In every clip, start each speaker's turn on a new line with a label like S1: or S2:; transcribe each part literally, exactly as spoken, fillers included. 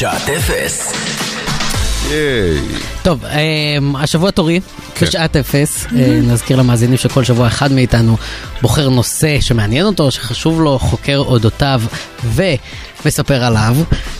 S1: שעת אפס.
S2: טוב, השבוע תורי, בשעת אפס, נזכיר למאזינים שכל שבוע אחד מאיתנו בוחר נושא שמעניין אותו, שחשוב לו, חוקר אודותיו ומספר עליו.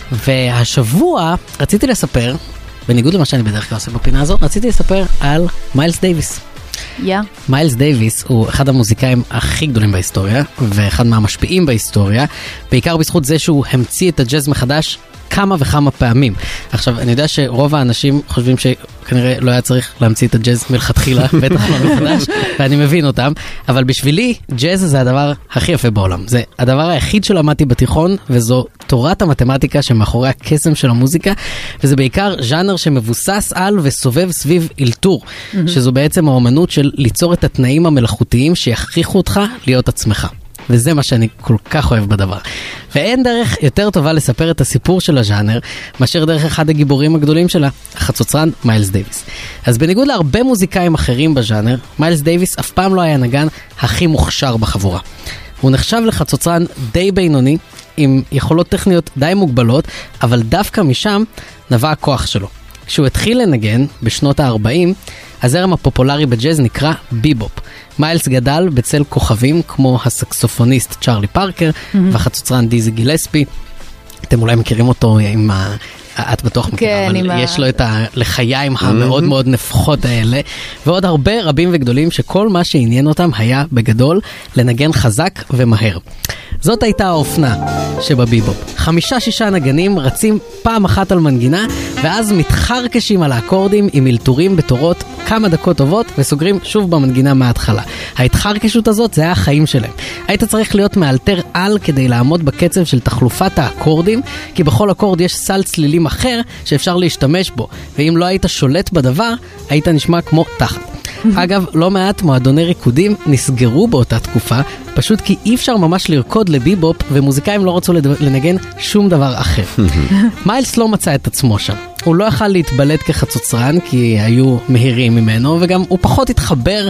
S2: והשבוע רציתי לספר, בניגוד למה שאני בדרך כלל עושה בפינה הזאת, רציתי לספר על מיילס דייוויס.
S3: Yeah.
S2: מיילס דייוויס הוא אחד המוזיקאים הכי גדולים בהיסטוריה, ואחד מהמשפיעים בהיסטוריה, בעיקר בזכות זה שהוא המציא את הג'אז מחדש כמה וכמה פעמים. עכשיו, אני יודע שרוב האנשים חושבים שכנראה לא היה צריך להמציא את הג'אז מלכתחילה, בטח לא מחדש, ואני מבין אותם, אבל בשבילי, ג'אז זה הדבר הכי יפה בעולם. זה הדבר היחיד שלמדתי בתיכון, וזו תורת המתמטיקה שמאחורי הקסם של המוזיקה, וזה בעיקר ז'אנר שמבוסס על וסובב סביב אילתור, mm-hmm. שזו בעצם האומנות של ליצור את התנאים המלאכותיים שיכריחו אותך להיות עצמך. וזה מה שאני כל כך אוהב בדבר. ואין דרך יותר טובה לספר את הסיפור של הז'אנר, מאשר דרך אחד הגיבורים הגדולים שלה, החצוצרן מיילס דייוויס. אז בניגוד להרבה מוזיקאים אחרים בז'אנר, מיילס דייוויס אף פעם לא היה הנגן הכי מוכשר בחבורה. הוא נחשב לחצוצרן די בינוני, עם יכולות טכניות די מוגבלות, אבל דווקא משם נבע הכוח שלו. כשהוא התחיל לנגן בשנות ה-ארבעים, הזרם הפופולרי בג'אז נקרא ביבופ. מיילס גדל בצל כוכבים כמו הסקסופוניסט צ'רלי פארקר mm-hmm. והחצוצרן דיזי גילספי. אתם אולי מכירים אותו עם ה... את בטוח מכירה, אבל יש לו את הלחיים המאוד מאוד נפחות האלה, ועוד הרבה רבים וגדולים שכל מה שעניין אותם היה בגדול לנגן חזק ומהר. זאת הייתה האופנה שבביבופ. חמישה שישה נגנים רצים פעם אחת על מנגינה, ואז מתחרקשים על האקורדים עם אלתורים בתורות כמה דקות טובות, וסוגרים שוב במנגינה מההתחלה. ההתחרקשות הזאת זה היה החיים שלהם. היית צריך להיות מאלתר על כדי לעמוד בקצב של תחלופת האקורדים, כי בכל אקורד יש סל צלילים אחר שאפשר להשתמש בו, ואם לא היית שולט בדבר, היית נשמע כמו תחת. אגב, לא מעט מועדוני ריקודים נסגרו באותה תקופה, פשוט כי אי אפשר ממש לרקוד לביבופ, ומוזיקאים לא רצו לנגן שום דבר אחר. מיילס לא מצא את עצמו שם. הוא לא יכל להתבלט כחצוצרן, כי היו מהירים ממנו, וגם הוא פחות התחבר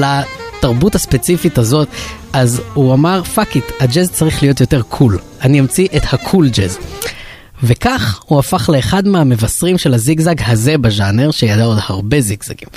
S2: לתרבות הספציפית הזאת, אז הוא אמר, פאק איט, הג'אז צריך להיות יותר קול. אני אמציא את הקול ג'אז. וכך הוא הפך לאחד מהמבשרים של הזיגזג הזה בז'אנר, שידע עוד הרבה זיגזגים.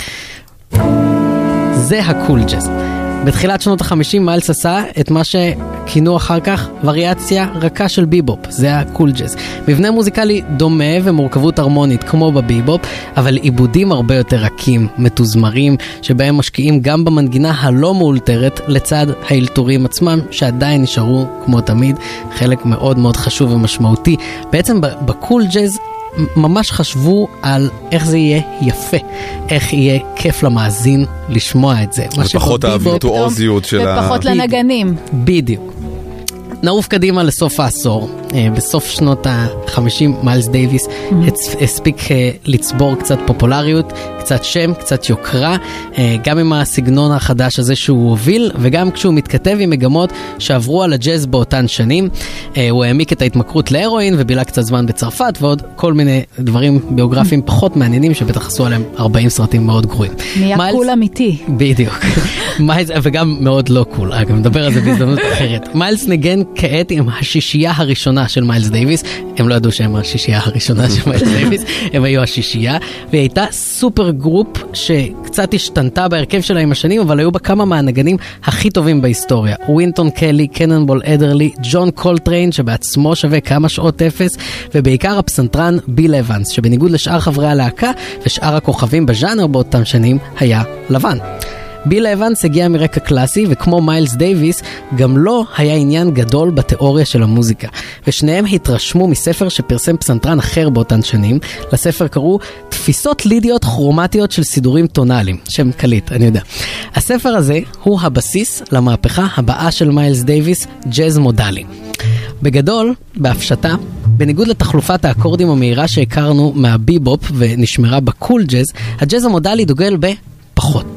S2: זה הקול ג'אז. בתחילת שנות ה-חמישים מיילס עשה את מה שכינו אחר כך וריאציה רכה של ביבופ, זה הקול ג'אז. מבנה מוזיקלי דומה ומורכבות הרמונית כמו בביבופ, אבל עיבודים הרבה יותר רכים, מתוזמרים, שבהם משקיעים גם במנגינה הלא מאולתרת לצד האלתורים עצמם, שעדיין נשארו כמו תמיד חלק מאוד מאוד חשוב ומשמעותי. בעצם בקול ג'אז ממש חשבו על איך זה יהיה יפה, איך יהיה כיף למאזין לשמוע את זה.
S4: ופחות הווירטואוזיות של ה...
S3: ופחות לנגנים.
S2: בדיוק. נעוף קדימה לסוף העשור. בסוף שנות ה-חמישים מיילס דייוויס הספיק לצבור קצת פופולריות, קצת שם, קצת יוקרה, גם עם הסגנון החדש הזה שהוא הוביל, וגם כשהוא מתכתב עם מגמות שעברו על הג'אז באותן שנים. הוא העמיק את ההתמכרות להרואין ובילה קצת זמן בצרפת, ועוד כל מיני דברים ביוגרפיים פחות מעניינים שבטח עשו עליהם ארבעים סרטים מאוד גרועים.
S3: נהיה קול אמיתי.
S2: בדיוק. וגם מאוד לא קול. אגב, מדבר על זה בהזדמנות אחרת. מיילס נגן כעת עם השישייה הראשונה של מיילס דייוויס. הם לא ידעו שהם השישייה הראשונה של מיילס דייוויס, הם היו השישייה, והיא הייתה סופר גרופ שקצת השתנתה בהרכב שלה עם השנים, אבל היו בה כמה מהנגנים הכי טובים בהיסטוריה. ווינטון קלי, קננבול אדרלי, ג'ון קולטריין שבעצמו שווה כמה שעות אפס, ובעיקר הפסנתרן ביל אבנס, שבניגוד לשאר חברי הלהקה ושאר הכוכבים בז'אנר באותם שנים היה לבן. ביל אבנס הגיע מרקע קלאסי, וכמו מיילס דייוויס, גם לא היה עניין גדול בתיאוריה של המוזיקה. ושניהם התרשמו מספר שפרסם פסנתרן אחר באותן שנים. לספר קראו תפיסות לידיות כרומטיות של סידורים טונאליים. שם קליט, אני יודע. הספר הזה הוא הבסיס למהפכה הבאה של מיילס דייוויס, ג'אז מודלי. בגדול, בהפשטה, בניגוד לתחלופת האקורדים המהירה שהכרנו מהביבופ ונשמרה בקול ג'אז, הג'אז המודלי דוגל בפחות.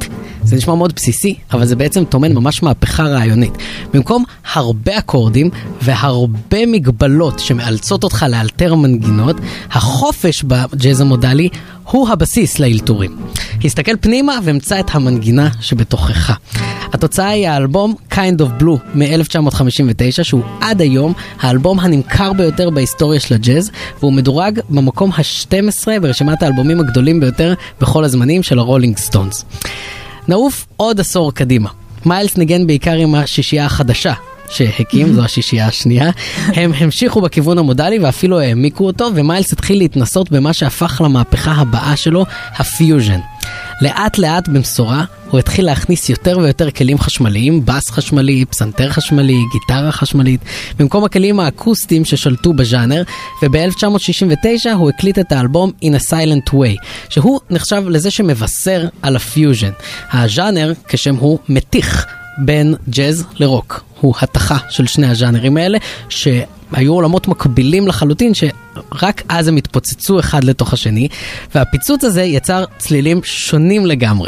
S2: זה נשמע מאוד בסיסי, אבל זה בעצם טומן ממש מהפכה רעיונית. במקום הרבה אקורדים והרבה מגבלות שמאלצות אותך לאלתר מנגינות, החופש בג'אז המודלי הוא הבסיס לאלתורים. הסתכל פנימה ומצא את המנגינה שבתוכך. התוצאה היא האלבום Kind of Blue מ-אלף תשע מאות חמישים ותשע, שהוא עד היום האלבום הנמכר ביותר בהיסטוריה של הג'אז, והוא מדורג במקום ה-שתים עשרה ברשימת האלבומים הגדולים ביותר בכל הזמנים של הרולינג סטונס. נעוף עוד עשור קדימה. מיילס ניגן בעיקר עם השישייה החדשה שהקים, זו השישייה השנייה. הם המשיכו בכיוון המודלי ואפילו העמיקו אותו, ומיילס התחיל להתנסות במה שהפך למהפכה הבאה שלו, הפיוז'ן. לאט לאט במסורה הוא התחיל להכניס יותר ויותר כלים חשמליים, בס חשמלי, פסנתר חשמלי, גיטרה חשמלית, במקום הכלים האקוסטיים ששלטו בז'אנר, וב-אלף תשע מאות שישים ותשע הוא הקליט את האלבום In a Silent Way, שהוא נחשב לזה שמבשר על הפיוז'ן. הז'אנר, כשם הוא מתיך בין ג'אז לרוק. הוא התחה של שני הז'אנרים האלה, שהיו עולמות מקבילים לחלוטין, שרק אז הם התפוצצו אחד לתוך השני, והפיצוץ הזה יצר צלילים שונים לגמרי.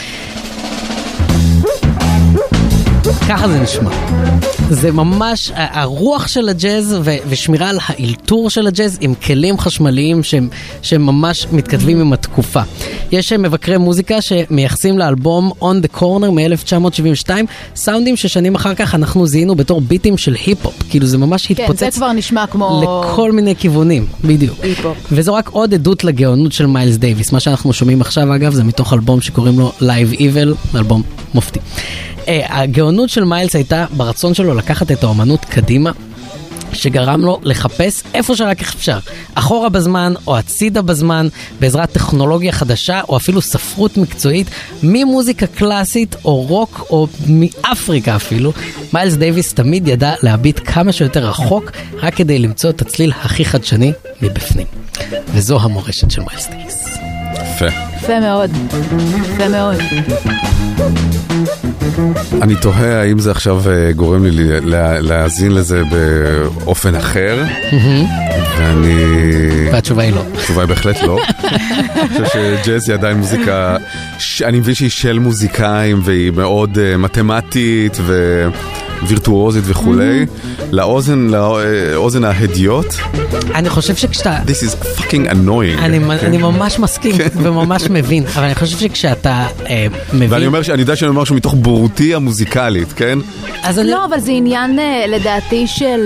S2: ככה זה נשמע. זה ממש הרוח של הג'אז ו- ושמירה על האלתור של הג'אז עם כלים חשמליים שהם, שהם ממש מתכתבים עם התקופה. יש מבקרי מוזיקה שמייחסים לאלבום On the Corner מ-אלף תשע מאות שבעים ושתיים סאונדים ששנים אחר כך אנחנו זיהינו בתור ביטים של היפ-הופ. כאילו זה ממש התפוצץ.
S3: כן, זה כבר נשמע כמו...
S2: לכל מיני כיוונים, בדיוק.
S3: היפ-הופ.
S2: וזו רק עוד עדות לגאונות של מיילס דייוויס. מה שאנחנו שומעים עכשיו אגב זה מתוך אלבום שקוראים לו Live Evil, אלבום מופתי. הגאונות של מיילס הייתה ברצון שלו לקחת את האומנות קדימה, שגרם לו לחפש איפה שרק אפשר, אחורה בזמן או הצידה בזמן, בעזרת טכנולוגיה חדשה או אפילו ספרות מקצועית, ממוזיקה קלאסית או רוק או מאפריקה אפילו. מיילס דייוויס תמיד ידע להביט כמה שיותר רחוק, רק כדי למצוא את הצליל הכי חדשני מבפנים. וזו המורשת של מיילס דייוויס.
S4: יפה.
S3: יפה מאוד. יפה מאוד.
S4: אני תוהה האם זה עכשיו גורם לי להאזין לזה באופן אחר, ואני...
S2: והתשובה היא לא.
S4: התשובה היא בהחלט לא. אני חושב שג'אז היא עדיין מוזיקה, אני מבין שהיא של מוזיקאים והיא מאוד מתמטית ווירטואוזית וכולי. לאוזן, לאוזן ההדיות.
S2: אני חושב שכשאתה...
S4: This is fucking annoying.
S2: אני ממש מסכים וממש מבין, אבל אני חושב שכשאתה מבין...
S4: ואני אומר, אני יודע שאני אומר שהוא מתוך בורותי המוזיקלית, כן?
S3: לא, אבל זה עניין לדעתי של...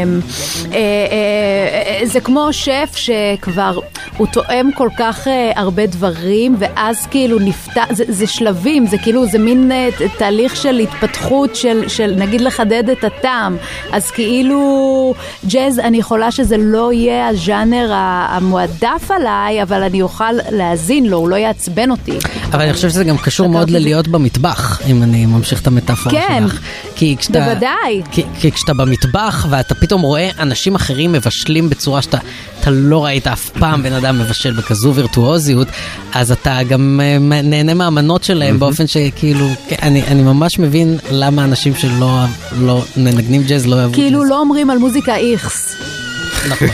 S3: זה כמו שף שכבר הוא תואם כל כך הרבה דברים, ואז כאילו נפתח... זה שלבים, זה כאילו, זה מין תהליך של התפתחות של נגיד לחדד את הטעם. אז כאילו ג'אז, אני יכולה שזה לא יהיה הז'אנר המועדף עליי, אבל אני אוכל להזין לו, הוא לא יעצבן אותי.
S2: אבל אני חושב שזה גם קשור מאוד ללהיות במטבח, אם אני ממשיך את המטאפורה שלך.
S3: כן, בוודאי.
S2: כי כשאתה במטבח ואתה פתאום רואה אנשים אחרים מבשלים בצורה שאתה לא ראית אף פעם בן אדם מבשל בכזו וירטואוזיות, אז אתה גם נהנה מהמנות שלהם באופן שכאילו, אני ממש מבין למה אנשים שלא מנגנים ג'אז לא אוהבו ג'אז.
S3: כאילו לא אומרים על מוזיקה איכס.
S2: נכון.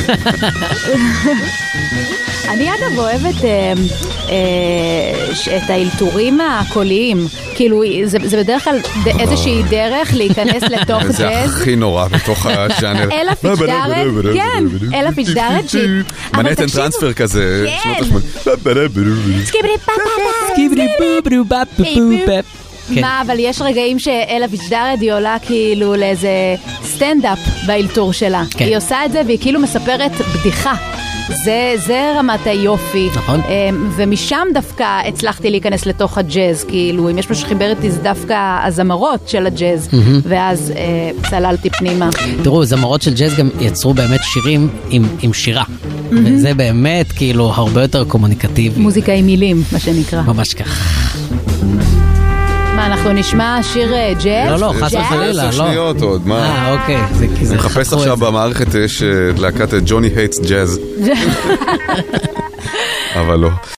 S3: אני אגב אוהבת אה, אה, את האלתורים הקוליים, כאילו זה, זה בדרך כלל ד, איזושהי דרך להיכנס לתוך ג'אז.
S4: זה הכי נורא בתוך הז'אנר.
S3: אלה פיצ'דארד, כן, אלה פיצ'דארד שהיא...
S4: מנהטן טרנספר כזה, שנות השמונים.
S3: סקיברי פאפאפאפ.
S2: סקיברי בוברו בפופופופ.
S3: מה, אבל יש רגעים שאלה פיצ'דארד היא עולה כאילו לאיזה סטנדאפ באלתור שלה. היא עושה את זה והיא כאילו מספרת בדיחה. זה, זה רמת היופי.
S2: נכון.
S3: ומשם דווקא הצלחתי להיכנס לתוך הג'אז, כאילו, אם יש משהו שחיבר איתי זה דווקא הזמרות של הג'אז, ואז צללתי פנימה.
S2: תראו, זמרות של ג'אז גם יצרו באמת שירים עם, עם שירה. וזה באמת כאילו הרבה יותר קומוניקטיבי.
S3: מוזיקה עם מילים, מה שנקרא.
S2: ממש כך.
S3: מה, אנחנו נשמע שיר ג'אז?
S2: לא, לא, חס וחלילה, לא.
S4: עשר שניות עוד, מה?
S2: אה, אוקיי.
S4: אני מחפש עכשיו במערכת, יש להקת ג'וני הייטס ג'אז. אבל לא.